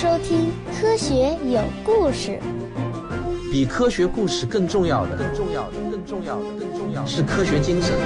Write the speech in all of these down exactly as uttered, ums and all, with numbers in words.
收听科学有故事。 比科学故事更重要的，更重要的，更重要的，更重要的是科学精神。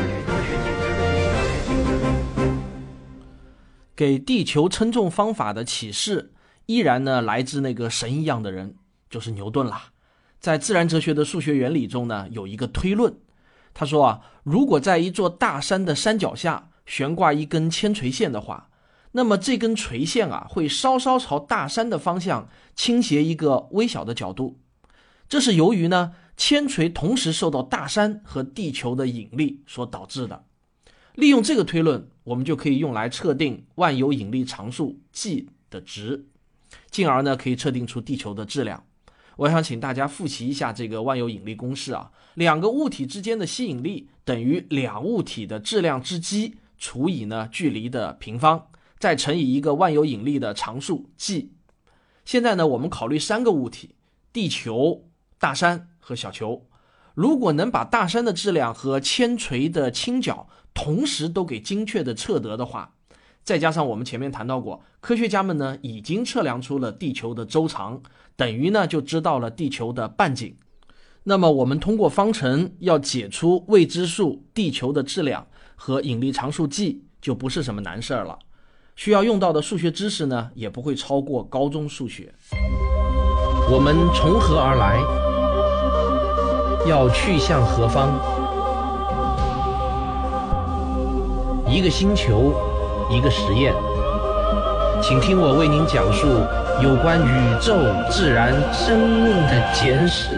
给地球称重方法的启示，依然呢来自那个神一样的人，就是牛顿啦。在自然哲学的数学原理中呢，有一个推论，他说啊，如果在一座大山的山脚下悬挂一根铅垂线的话，那么这根垂线啊会稍稍朝大山的方向倾斜一个微小的角度。这是由于呢铅垂同时受到大山和地球的引力所导致的。利用这个推论，我们就可以用来测定万有引力常数 G 的值，进而呢可以测定出地球的质量。我想请大家复习一下这个万有引力公式啊，两个物体之间的吸引力等于两物体的质量之积除以呢距离的平方，再乘以一个万有引力的常数 G。 现在呢我们考虑三个物体，地球、大山和小球。如果能把大山的质量和铅垂的倾角同时都给精确的测得的话，再加上我们前面谈到过，科学家们呢已经测量出了地球的周长，等于呢就知道了地球的半径。那么我们通过方程要解出未知数地球的质量和引力常数 G 就不是什么难事儿了。需要用到的数学知识呢也不会超过高中数学。 我们从何而来？要去向何方？一个星球，一个实验，请听我为您讲述有关宇宙、自然、生命的简史。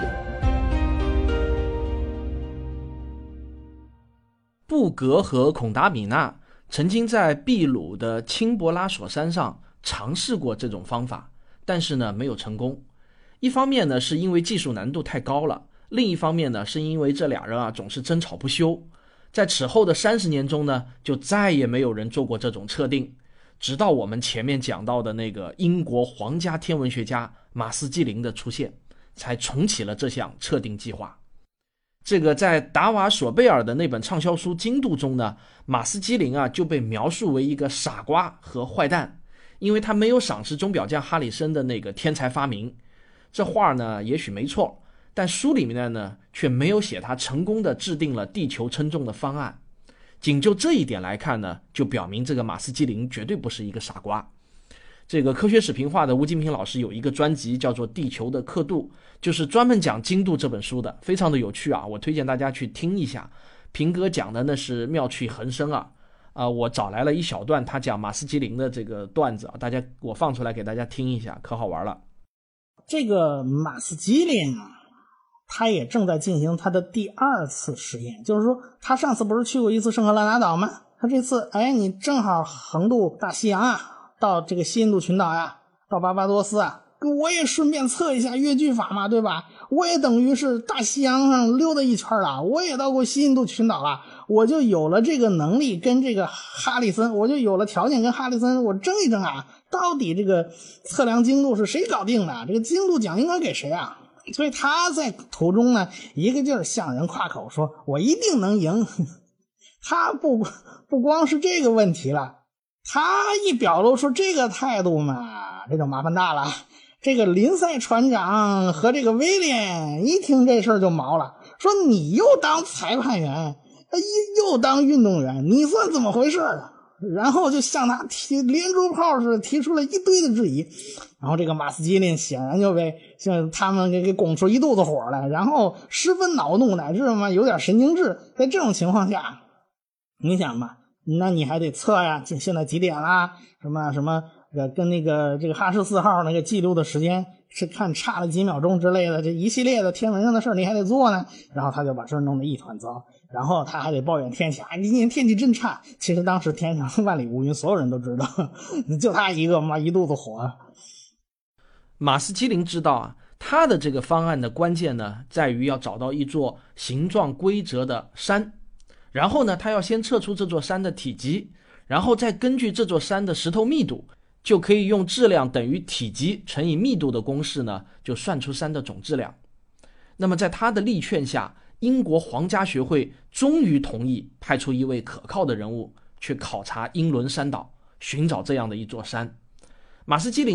布格和孔达米纳曾经在秘鲁的钦博拉索山上尝试过这种方法，但是呢没有成功。一方面呢是因为技术难度太高了，另一方面呢是因为这俩人啊总是争吵不休。在此后的三十年中呢，就再也没有人做过这种测定，直到我们前面讲到的那个英国皇家天文学家马斯基林的出现，才重启了这项测定计划。这个在达瓦索贝尔的那本畅销书《精度》中呢，马斯基林啊就被描述为一个傻瓜和坏蛋，因为他没有赏识钟表匠哈里森的那个天才发明。这话呢也许没错，但书里面呢却没有写他成功的制定了地球称重的方案。仅就这一点来看呢，就表明这个马斯基林绝对不是一个傻瓜。这个科学史评话的吴金平老师有一个专辑叫做《地球的刻度》，就是专门讲精度这本书的，非常的有趣啊，我推荐大家去听一下。平哥讲的那是妙趣横生啊，啊、呃，我找来了一小段他讲马斯基林的这个段子啊，大家我放出来给大家听一下，可好玩了。 这个马斯基林他也正在进行他的第二次实验，就是说他上次不是去过一次圣赫勒拿岛吗？他这次哎，你正好横渡大西洋啊，到这个西印度群岛呀，到巴巴多斯啊，我也顺便测一下越距法嘛，对吧？我也等于是大西洋上溜达一圈了，我也到过西印度群岛了，我就有了这个能力跟这个哈里森，我就有了条件跟哈里森我争一争啊，到底这个测量精度是谁搞定的？这个精度奖应该给谁啊？所以他在途中呢一个劲儿向人夸口说我一定能赢。他不不光是这个问题了，他一表露出这个态度嘛，这就麻烦大了。这个林赛船长和这个威廉一听这事儿就毛了，说你又当裁判员又当运动员，你算怎么回事啊？然后就向他提连珠炮似的提出了一堆的质疑。然后这个马斯基林显然就被像他们给给拱出一肚子火来，然后十分恼怒，乃至嘛有点神经质。在这种情况下，你想吧，那你还得测呀，现在几点啦？什么什么跟那个这个哈氏四号那个记录的时间是看差了几秒钟之类的，这一系列的天文上的事你还得做呢。然后他就把事弄得一团糟，然后他还得抱怨天气，哎，今年天气真差。其实当时天上万里无云，所有人都知道，就他一个嘛一肚子火。 马斯基林知道啊，他的这个方案的关键呢，在于要找到一座形状规则的山，然后呢，他要先测出这座山的体积，然后再根据这座山的石头密度，就可以用质量等于体积乘以密度的公式呢，就算出山的总质量。那么在他的力劝下，英国皇家学会终于同意派出一位可靠的人物去考察英伦山岛，寻找这样的一座山。马斯基林呢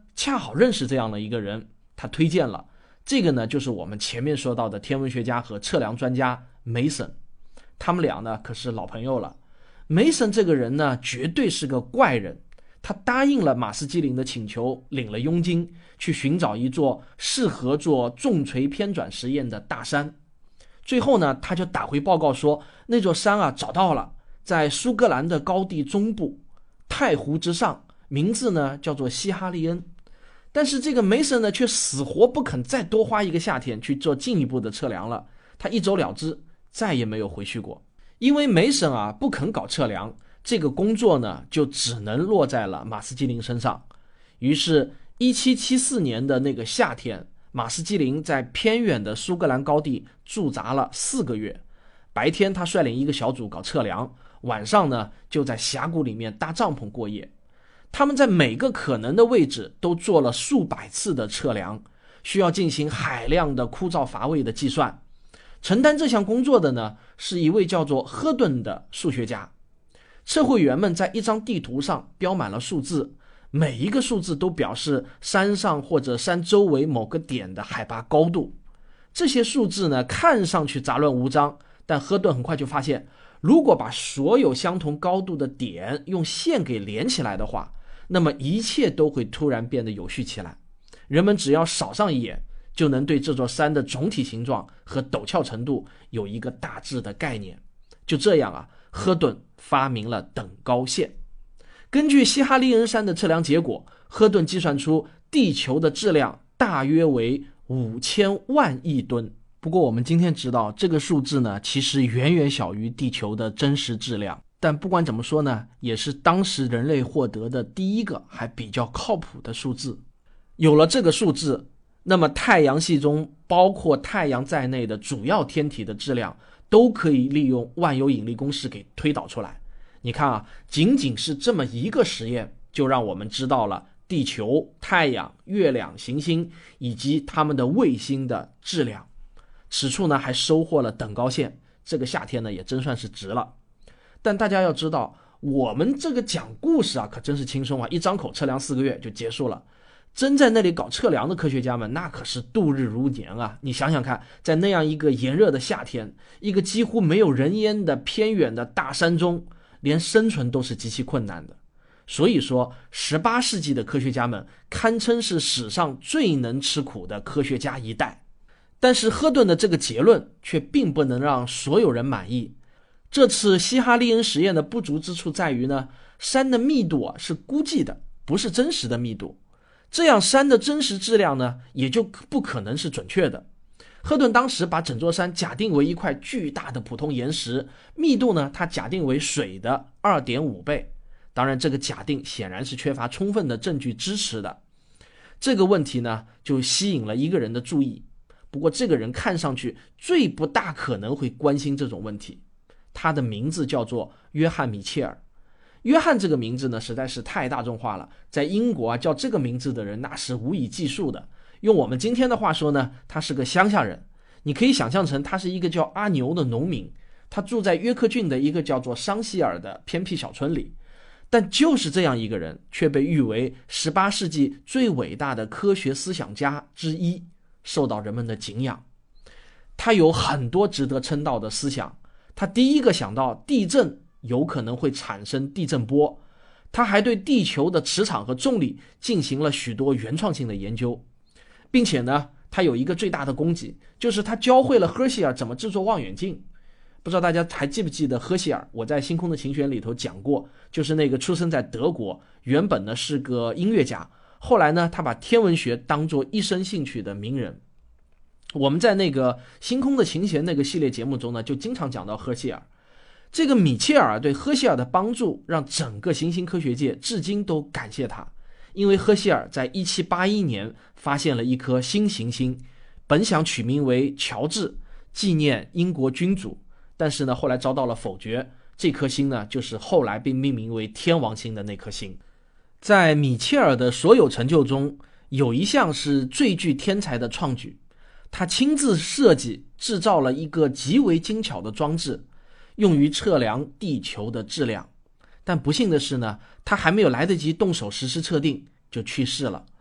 恰好认识这样的一个人，他推荐了这个呢，就是我们前面说到的天文学家和测量专家梅森。他们俩呢可是老朋友了。梅森这个人呢绝对是个怪人，他答应了马斯基林的请求，领了佣金，去寻找一座适合做重锤偏转实验的大山。最后呢，他就打回报告说，那座山啊找到了，在苏格兰的高地中部，太湖之上，名字呢叫做西哈利恩。但是这个梅森呢却死活不肯再多花一个夏天去做进一步的测量了，他一走了之，再也没有回去过。因为梅森啊不肯搞测量，这个工作呢就只能落在了马斯基林身上。于是一七七四年的那个夏天，马斯基林在偏远的苏格兰高地驻扎了四个月。白天他率领一个小组搞测量，晚上呢就在峡谷里面搭帐篷过夜。他们在每个可能的位置都做了数百次的测量，需要进行海量的枯燥乏味的计算。承担这项工作的呢是一位叫做赫顿的数学家。测绘员们在一张地图上标满了数字，每一个数字都表示山上或者山周围某个点的海拔高度。这些数字呢看上去杂乱无章，但赫顿很快就发现，如果把所有相同高度的点用线给连起来的话，那么一切都会突然变得有序起来。人们只要扫上一眼，就能对这座山的总体形状和陡峭程度有一个大致的概念。就这样啊，赫顿发明了等高线。根据西哈利恩山的测量结果，赫顿计算出地球的质量大约为五千万亿吨。不过我们今天知道，这个数字呢其实远远小于地球的真实质量。但不管怎么说呢，也是当时人类获得的第一个还比较靠谱的数字。有了这个数字，那么太阳系中包括太阳在内的主要天体的质量都可以利用万有引力公式给推导出来。你看啊，仅仅是这么一个实验，就让我们知道了地球、太阳、月亮、行星以及它们的卫星的质量。此处呢还收获了等高线，这个夏天呢也真算是值了。但大家要知道，我们这个讲故事啊可真是轻松啊，一张口测量四个月就结束了。真在那里搞测量的科学家们，那可是度日如年啊！你想想看，在那样一个炎热的夏天，一个几乎没有人烟的偏远的大山中，连生存都是极其困难的。所以说十八世纪的科学家们堪称是史上最能吃苦的科学家一代。但是赫顿的这个结论却并不能让所有人满意。这次西哈利恩实验的不足之处在于呢，山的密度啊是估计的，不是真实的密度。这样山的真实质量呢也就不可能是准确的。赫顿当时把整座山假定为一块巨大的普通岩石，密度呢他假定为水的 二点五 倍。当然这个假定显然是缺乏充分的证据支持的。这个问题呢就吸引了一个人的注意，不过这个人看上去最不大可能会关心这种问题。他的名字叫做约翰·米切尔。约翰这个名字呢实在是太大众化了，在英国啊叫这个名字的人那是无以计数的。用我们今天的话说呢，他是个乡下人。你可以想象成他是一个叫阿牛的农民，他住在约克郡的一个叫做桑希尔的偏僻小村里。但就是这样一个人，却被誉为十八世纪最伟大的科学思想家之一，受到人们的敬仰。他有很多值得称道的思想。他第一个想到地震有可能会产生地震波，他还对地球的磁场和重力进行了许多原创性的研究，并且呢，他有一个最大的功绩，就是他教会了赫歇尔怎么制作望远镜。不知道大家还记不记得赫歇尔，我在《星空的琴弦》里头讲过，就是那个出生在德国，原本呢是个音乐家，后来呢他把天文学当作一生兴趣的名人。我们在那个《星空的琴弦》那个系列节目中呢，就经常讲到赫歇尔。这个米切尔对赫歇尔的帮助，让整个行星科学界至今都感谢他。因为赫歇尔在一七八一年发现了一颗新行星，本想取名为乔治，纪念英国君主，但是呢，后来遭到了否决。这颗星呢，就是后来被命名为天王星的那颗星。在米切尔的所有成就中，有一项是最具天才的创举。他亲自设计制造了一个极为精巧的装置，用于测量地球的质量。但不幸的是呢，他还没有来得及动手实施测定就去世了。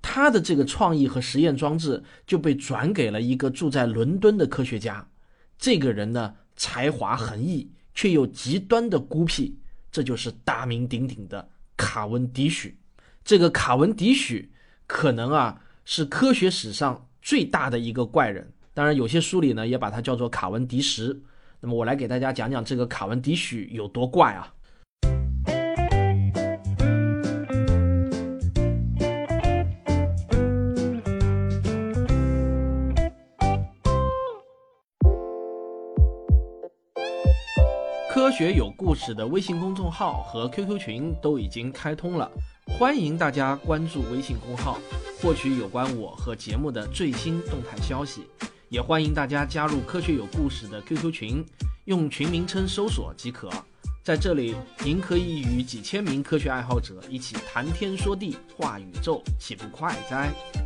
他的这个创意和实验装置就被转给了一个住在伦敦的科学家。这个人呢，才华横溢，却又极端的孤僻，这就是大名鼎鼎的卡文迪许。这个卡文迪许可能啊是科学史上最大的一个怪人，当然有些书里呢也把他叫做卡文迪什。那么我来给大家讲讲这个卡文迪许有多怪啊。科学有故事的微信公众号和 Q Q 群都已经开通了，欢迎大家关注微信公号，获取有关我和节目的最新动态消息。也欢迎大家加入科学有故事的 Q Q 群，用群名称搜索即可。在这里，您可以与几千名科学爱好者一起谈天说地，话宇宙，岂不快哉？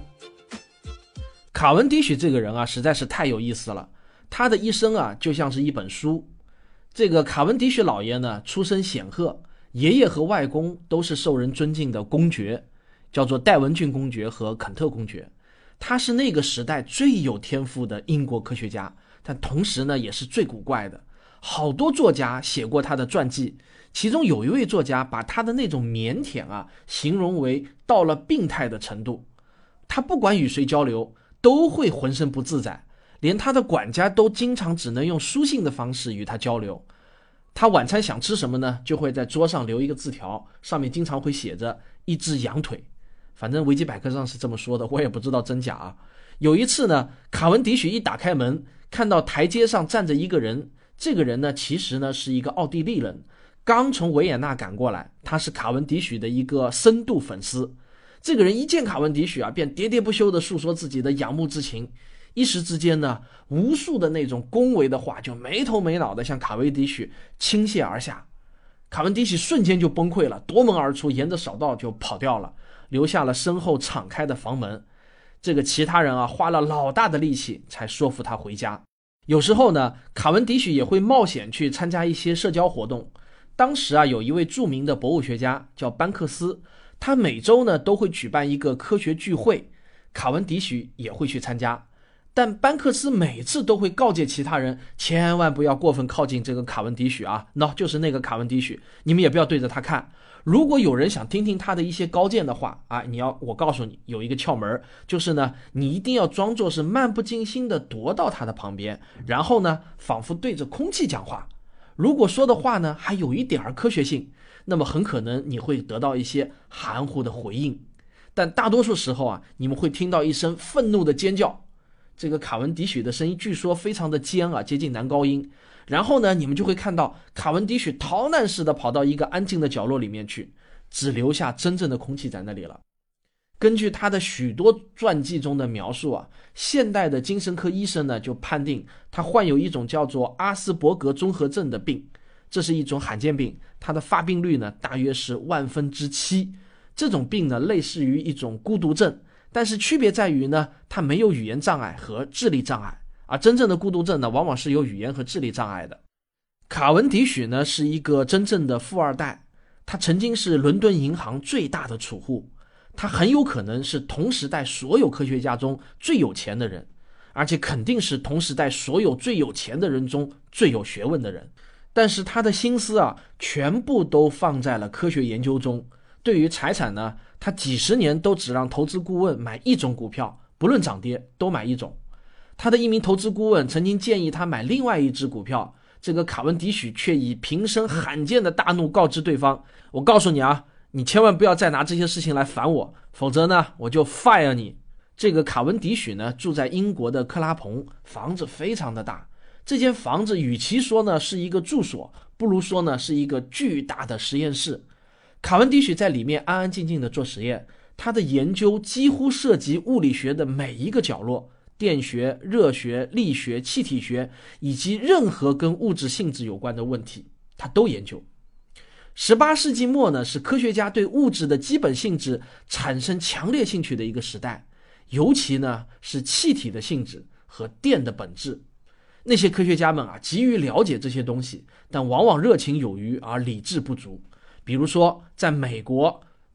卡文迪许这个人啊，实在是太有意思了。他的一生啊，就像是一本书。这个卡文迪许老爷呢，出身显赫，爷爷和外公都是受人尊敬的公爵，叫做戴文郡公爵和肯特公爵。他是那个时代最有天赋的英国科学家，但同时呢，也是最古怪的。好多作家写过他的传记，其中有一位作家把他的那种腼腆啊，形容为到了病态的程度。他不管与谁交流，都会浑身不自在。连他的管家都经常只能用书信的方式与他交流。他晚餐想吃什么呢？就会在桌上留一个字条，上面经常会写着一只羊腿。反正维基百科上是这么说的，我也不知道真假啊。有一次呢，卡文迪许一打开门，看到台阶上站着一个人，这个人呢，其实呢是一个奥地利人，刚从维也纳赶过来，他是卡文迪许的一个深度粉丝。这个人一见卡文迪许啊，便喋喋不休地诉说自己的仰慕之情。一时之间呢，无数的那种恭维的话就没头没脑的向卡文迪许倾泻而下。卡文迪许瞬间就崩溃了，夺门而出，沿着小道就跑掉了，留下了身后敞开的房门。这个其他人啊，花了老大的力气才说服他回家。有时候呢，卡文迪许也会冒险去参加一些社交活动。当时啊，有一位著名的博物学家叫班克斯，他每周呢都会举办一个科学聚会，卡文迪许也会去参加。但班克斯每次都会告诫其他人，千万不要过分靠近这个卡文迪许啊，那、no, 就是那个卡文迪许，你们也不要对着他看。如果有人想听听他的一些高见的话啊，你要我告诉你有一个窍门，就是呢，你一定要装作是漫不经心的踱到他的旁边，然后呢，仿佛对着空气讲话。如果说的话呢还有一点科学性，那么很可能你会得到一些含糊的回应，但大多数时候啊，你们会听到一声愤怒的尖叫。这个卡文迪许的声音据说非常的尖啊，接近男高音。然后呢，你们就会看到卡文迪许逃难似的跑到一个安静的角落里面去，只留下真正的空气在那里了。根据他的许多传记中的描述啊，现代的精神科医生呢就判定他患有一种叫做阿斯伯格综合症的病，这是一种罕见病，它的发病率呢大约是万分之七。这种病呢类似于一种孤独症，但是区别在于呢，它没有语言障碍和智力障碍，而真正的孤独症呢，往往是有语言和智力障碍的。卡文迪许呢，是一个真正的富二代，他曾经是伦敦银行最大的储户，他很有可能是同时代所有科学家中最有钱的人，而且肯定是同时代所有最有钱的人中最有学问的人。但是他的心思啊，全部都放在了科学研究中。对于财产呢，他几十年都只让投资顾问买一种股票，不论涨跌都买一种。他的一名投资顾问曾经建议他买另外一只股票，这个卡文迪许却以平生罕见的大怒告知对方，我告诉你啊，你千万不要再拿这些事情来烦我，否则呢我就 fire 你。这个卡文迪许呢住在英国的克拉蓬，房子非常的大。这间房子与其说呢是一个住所，不如说呢是一个巨大的实验室。卡文迪许在里面安安静静的做实验，他的研究几乎涉及物理学的每一个角落，电学、热学、力学、气体学，以及任何跟物质性质有关的问题，他都研究。十八世纪末呢，是科学家对物质的基本性质产生强烈兴趣的一个时代，尤其呢是气体的性质和电的本质。那些科学家们啊，急于了解这些东西，但往往热情有余而理智不足。比如说，在美国，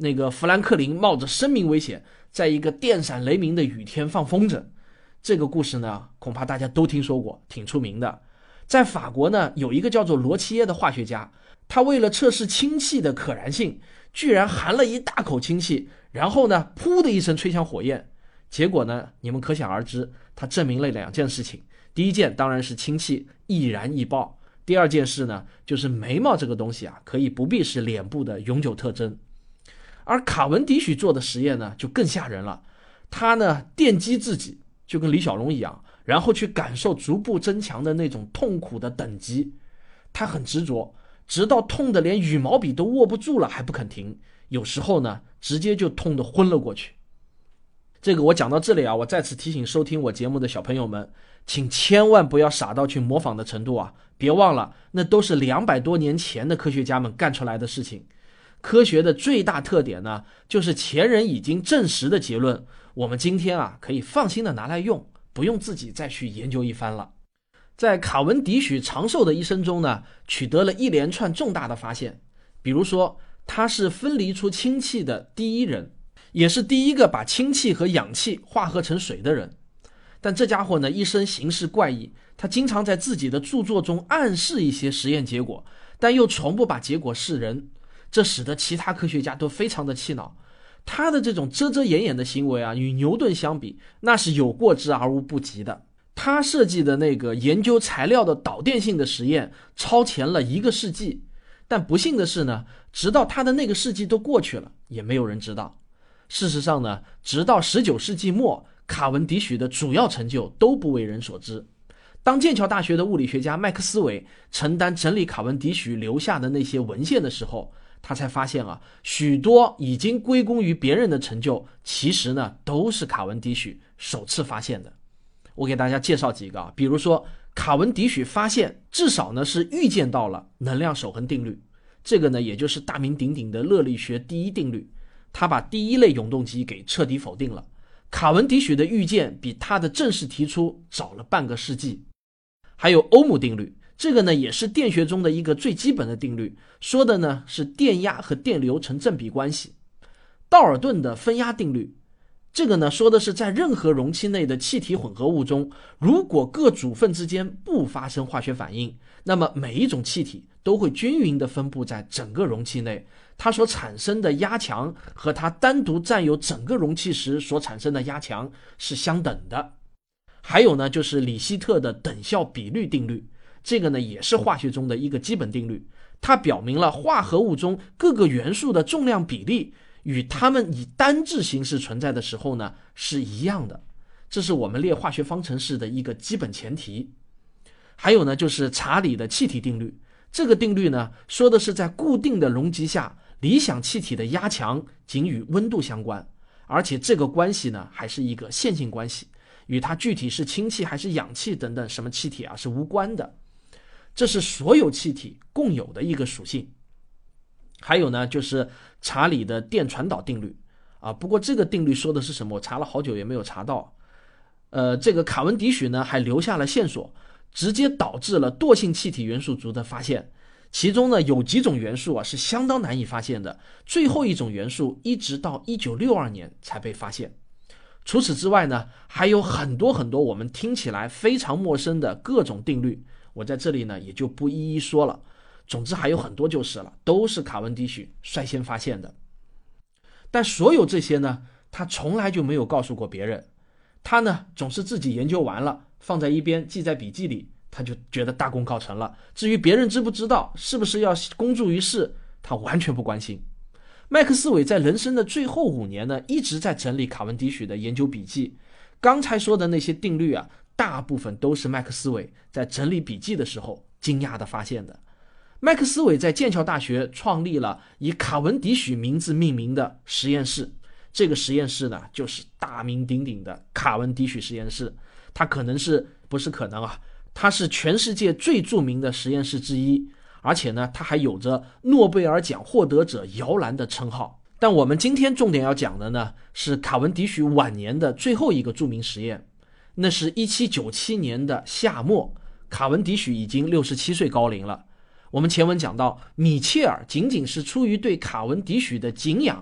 那个富兰克林冒着生命危险，在一个电闪雷鸣的雨天放风筝。这个故事呢，恐怕大家都听说过，挺出名的。在法国呢，有一个叫做罗齐耶的化学家，他为了测试氢气的可燃性，居然含了一大口氢气，然后呢，噗的一声吹向火焰。结果呢，你们可想而知，他证明了两件事情。第一件当然是氢气易燃易爆，第二件事呢，就是眉毛这个东西啊，可以不必是脸部的永久特征。而卡文迪许做的实验呢，就更吓人了。他呢，电击自己，就跟李小龙一样，然后去感受逐步增强的那种痛苦的等级。他很执着，直到痛得连羽毛笔都握不住了还不肯停，有时候呢，直接就痛得昏了过去。这个我讲到这里啊，我再次提醒收听我节目的小朋友们，请千万不要傻到去模仿的程度啊！别忘了，那都是两百多年前的科学家们干出来的事情。科学的最大特点呢，就是前人已经证实的结论，我们今天啊可以放心的拿来用，不用自己再去研究一番了。在卡文迪许长寿的一生中呢，取得了一连串重大的发现，比如说，他是分离出氢气的第一人，也是第一个把氢气和氧气化合成水的人。但这家伙呢，一生行事怪异，他经常在自己的著作中暗示一些实验结果，但又从不把结果示人，这使得其他科学家都非常的气恼。他的这种遮遮掩掩的行为啊，与牛顿相比，那是有过之而无不及的。他设计的那个研究材料的导电性的实验超前了一个世纪，但不幸的是呢，直到他的那个世纪都过去了，也没有人知道。事实上呢，直到十九世纪末，卡文迪许的主要成就都不为人所知。当剑桥大学的物理学家麦克斯韦承担整理卡文迪许留下的那些文献的时候，他才发现啊，许多已经归功于别人的成就，其实呢都是卡文迪许首次发现的。我给大家介绍几个啊，比如说卡文迪许发现，至少呢是预见到了能量守恒定律，这个呢也就是大名鼎鼎的热力学第一定律，他把第一类永动机给彻底否定了。卡文迪许的预见比他的正式提出早了半个世纪。还有欧姆定律，这个呢也是电学中的一个最基本的定律，说的呢是电压和电流成正比关系。道尔顿的分压定律，这个呢说的是在任何容器内的气体混合物中，如果各组分之间不发生化学反应，那么每一种气体都会均匀地分布在整个容器内，它所产生的压强和它单独占有整个容器时所产生的压强是相等的。还有呢，就是里希特的等效比率定律，这个呢也是化学中的一个基本定律，它表明了化合物中各个元素的重量比例与它们以单质形式存在的时候呢是一样的，这是我们列化学方程式的一个基本前提。还有呢，就是查理的气体定律，这个定律呢说的是在固定的容积下，理想气体的压强仅与温度相关，而且这个关系呢还是一个线性关系，与它具体是氢气还是氧气等等什么气体啊是无关的，这是所有气体共有的一个属性。还有呢，就是查理的电传导定律啊，不过这个定律说的是什么，我查了好久也没有查到。呃，这个卡文迪许呢还留下了线索，直接导致了惰性气体元素族的发现。其中呢有几种元素啊是相当难以发现的，最后一种元素一直到一九六二年才被发现。除此之外呢，还有很多很多我们听起来非常陌生的各种定律，我在这里呢也就不一一说了。总之还有很多就是了，都是卡文迪许率先发现的。但所有这些呢，他从来就没有告诉过别人。他呢总是自己研究完了，放在一边记在笔记里，他就觉得大功告成了。至于别人知不知道，是不是要公诸于世，他完全不关心。麦克斯韦在人生的最后五年呢，一直在整理卡文迪许的研究笔记。刚才说的那些定律啊，大部分都是麦克斯韦在整理笔记的时候惊讶地发现的。麦克斯韦在剑桥大学创立了以卡文迪许名字命名的实验室，这个实验室呢，就是大名鼎鼎的卡文迪许实验室。它可能是不是可能啊？它是全世界最著名的实验室之一。而且呢，它还有着诺贝尔奖获得者摇篮的称号。但我们今天重点要讲的呢，是卡文迪许晚年的最后一个著名实验，那是一七九七年的夏末，卡文迪许已经六十七岁高龄了。我们前文讲到，米切尔仅仅是出于对卡文迪许的敬仰，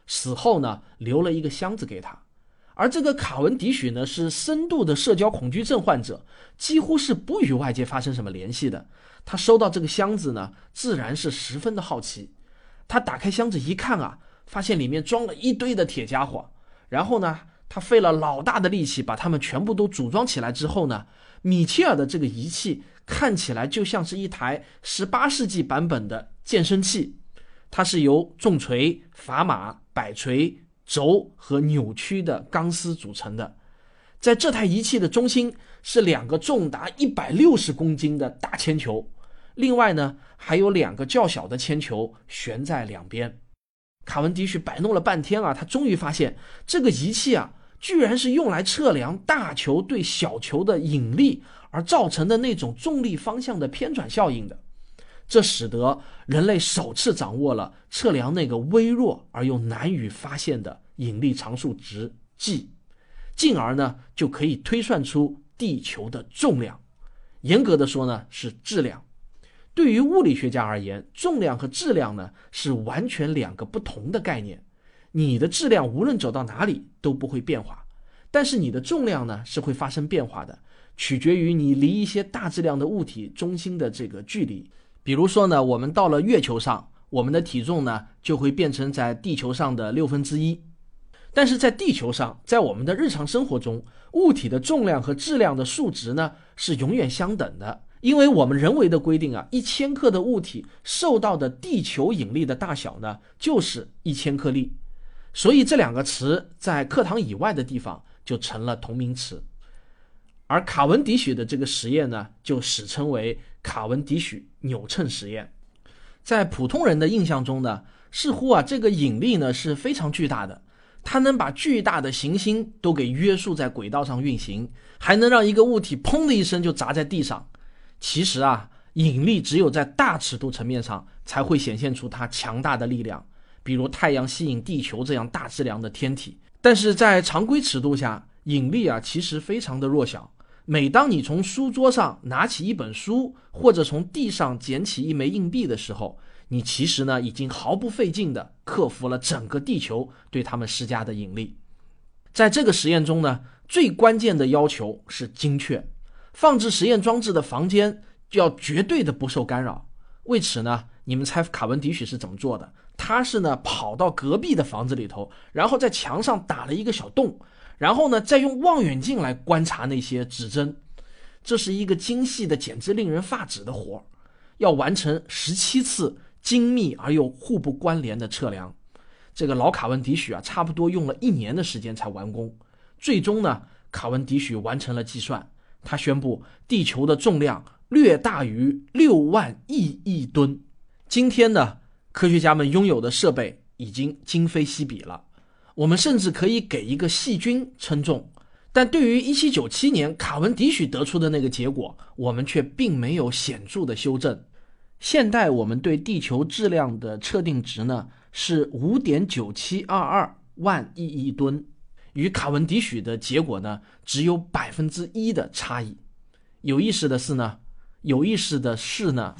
死后呢留了一个箱子给他。而这个卡文迪许呢是深度的社交恐惧症患者，几乎是不与外界发生什么联系的。他收到这个箱子呢，自然是十分的好奇。他打开箱子一看啊，发现里面装了一堆的铁家伙。然后呢，他费了老大的力气把它们全部都组装起来之后呢，米切尔的这个仪器看起来就像是一台十八世纪版本的健身器。它是由重锤、砝码、摆锤、轴和扭曲的钢丝组成的。在这台仪器的中心是两个重达一百六十公斤的大铅球，另外呢还有两个较小的铅球悬在两边。卡文迪许摆弄了半天啊，他终于发现这个仪器啊居然是用来测量大球对小球的引力而造成的那种重力方向的偏转效应的。这使得人类首次掌握了测量那个微弱而又难以发现的引力常数值 G， 进而呢就可以推算出地球的重量，严格的说呢是质量。对于物理学家而言，重量和质量呢是完全两个不同的概念。你的质量无论走到哪里都不会变化，但是你的重量呢是会发生变化的，取决于你离一些大质量的物体中心的这个距离。比如说呢，我们到了月球上，我们的体重呢就会变成在地球上的六分之一。但是在地球上，在我们的日常生活中，物体的重量和质量的数值呢是永远相等的，因为我们人为的规定啊，一千克的物体受到的地球引力的大小呢就是一千克力，所以这两个词在课堂以外的地方就成了同名词。而卡文迪许的这个实验呢，就史称为卡文迪许扭秤实验。在普通人的印象中呢，似乎啊这个引力呢是非常巨大的，它能把巨大的行星都给约束在轨道上运行，还能让一个物体砰的一声就砸在地上。其实啊，引力只有在大尺度层面上才会显现出它强大的力量，比如太阳吸引地球这样大质量的天体。但是在常规尺度下，引力啊其实非常的弱小。每当你从书桌上拿起一本书，或者从地上捡起一枚硬币的时候，你其实呢已经毫不费劲地克服了整个地球对他们施加的引力。在这个实验中呢，最关键的要求是精确，放置实验装置的房间就要绝对的不受干扰。为此呢，你们猜卡文迪许是怎么做的？他是呢跑到隔壁的房子里头，然后在墙上打了一个小洞，然后呢再用望远镜来观察那些指针。这是一个精细的简直令人发指的活，要完成十七次精密而又互不关联的测量。这个老卡文迪许啊，差不多用了一年的时间才完工。最终呢，卡文迪许完成了计算，他宣布地球的重量略大于六万亿亿吨。今天呢，科学家们拥有的设备已经今非昔比了，我们甚至可以给一个细菌称重。但对于一七九七年卡文迪许得出的那个结果，我们却并没有显著的修正。现代我们对地球质量的测定值呢是 五点九七二二万亿亿吨，与卡文迪许的结果呢只有百分之一的差异。有意思的是呢，有意思的是呢，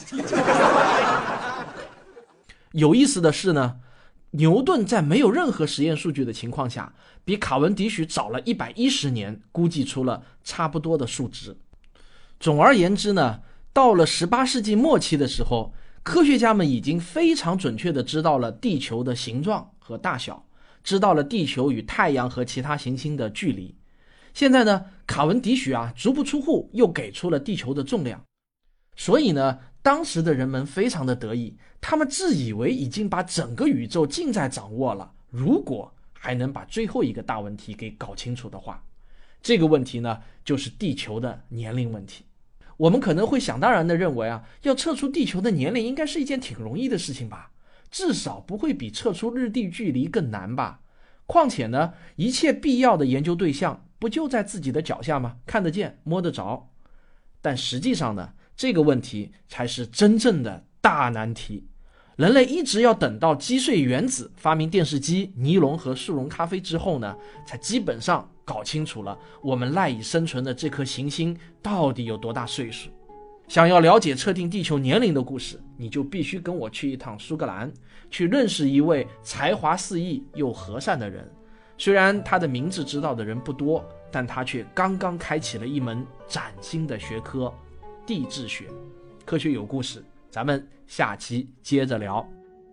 有意思的是呢，牛顿在没有任何实验数据的情况下，比卡文迪许早了一百一十年，估计出了差不多的数值。总而言之呢，到了十八世纪末期的时候，科学家们已经非常准确地知道了地球的形状和大小，知道了地球与太阳和其他行星的距离。现在呢，卡文迪许啊，足不出户又给出了地球的重量。所以呢，当时的人们非常的得意，他们自以为已经把整个宇宙尽在掌握了，如果还能把最后一个大问题给搞清楚的话，这个问题呢，就是地球的年龄问题。我们可能会想当然的认为啊，要测出地球的年龄应该是一件挺容易的事情吧，至少不会比测出日地距离更难吧。况且呢，一切必要的研究对象不就在自己的脚下吗？看得见摸得着。但实际上呢，这个问题才是真正的大难题。人类一直要等到击碎原子、发明电视机、尼龙和速溶咖啡之后呢，才基本上搞清楚了我们赖以生存的这颗行星到底有多大岁数。 想要了解测定地球年龄的故事，你就必须跟我去一趟苏格兰，去认识一位才华四溢又和善的人。虽然他的名字知道的人不多，但他却刚刚开启了一门崭新的学科——地质学。科学有故事，咱们下期接着聊。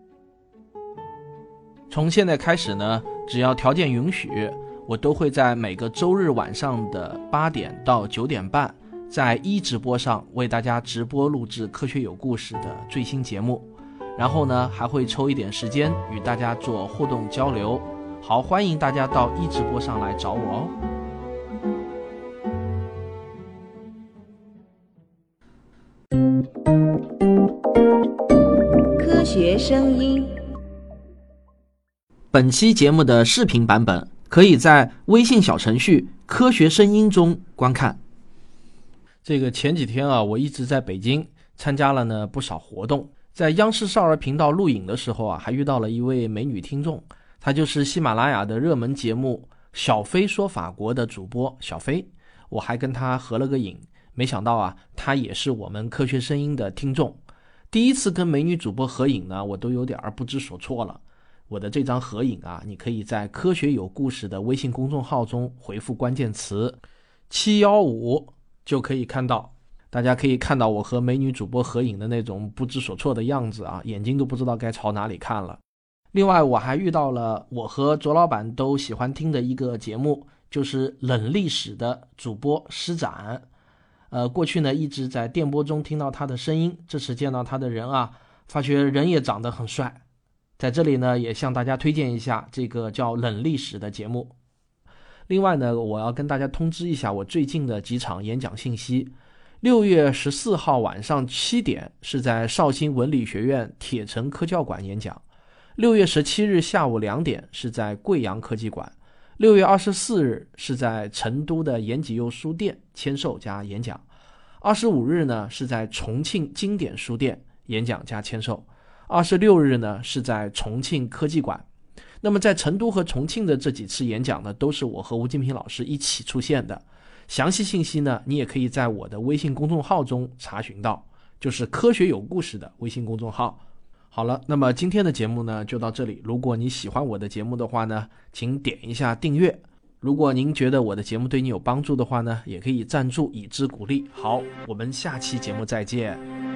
从现在开始呢，只要条件允许，我都会在每个周日晚上的八点到九点半，在一直播上为大家直播录制科学有故事的最新节目，然后呢还会抽一点时间与大家做互动交流。好，欢迎大家到一直播上来找我哦。科学声音， 本期节目的视频版本可以在微信小程序科学声音中观看。这个前几天啊，我一直在北京参加了呢不少活动，在央视少儿频道录影的时候啊，还遇到了一位美女听众，她就是喜马拉雅的热门节目小飞说法国的主播小飞，我还跟她合了个影，没想到啊，她也是我们科学声音的听众。第一次跟美女主播合影呢，我都有点不知所措了。我的这张合影啊，你可以在科学有故事的微信公众号中回复关键词七一五就可以看到。大家可以看到我和美女主播合影的那种不知所措的样子啊，眼睛都不知道该朝哪里看了。另外我还遇到了我和卓老板都喜欢听的一个节目，就是冷历史的主播施展。呃，过去呢一直在电波中听到他的声音，这次见到他的人啊，发觉人也长得很帅。在这里呢也向大家推荐一下这个叫冷历史的节目。另外呢，我要跟大家通知一下我最近的几场演讲信息。六月十四号晚上七点是在绍兴文理学院铁城科教馆演讲，六月十七日下午两点是在贵阳科技馆，六月二十四日是在成都的延吉佑书店签售加演讲，二十五日呢是在重庆经典书店演讲加签售，二十六日呢是在重庆科技馆。那么在成都和重庆的这几次演讲呢，都是我和吴金平老师一起出现的。详细信息呢，你也可以在我的微信公众号中查询到，就是科学有故事的微信公众号。好了，那么今天的节目呢就到这里。如果你喜欢我的节目的话呢，请点一下订阅。如果您觉得我的节目对你有帮助的话呢，也可以赞助以资鼓励。好，我们下期节目再见。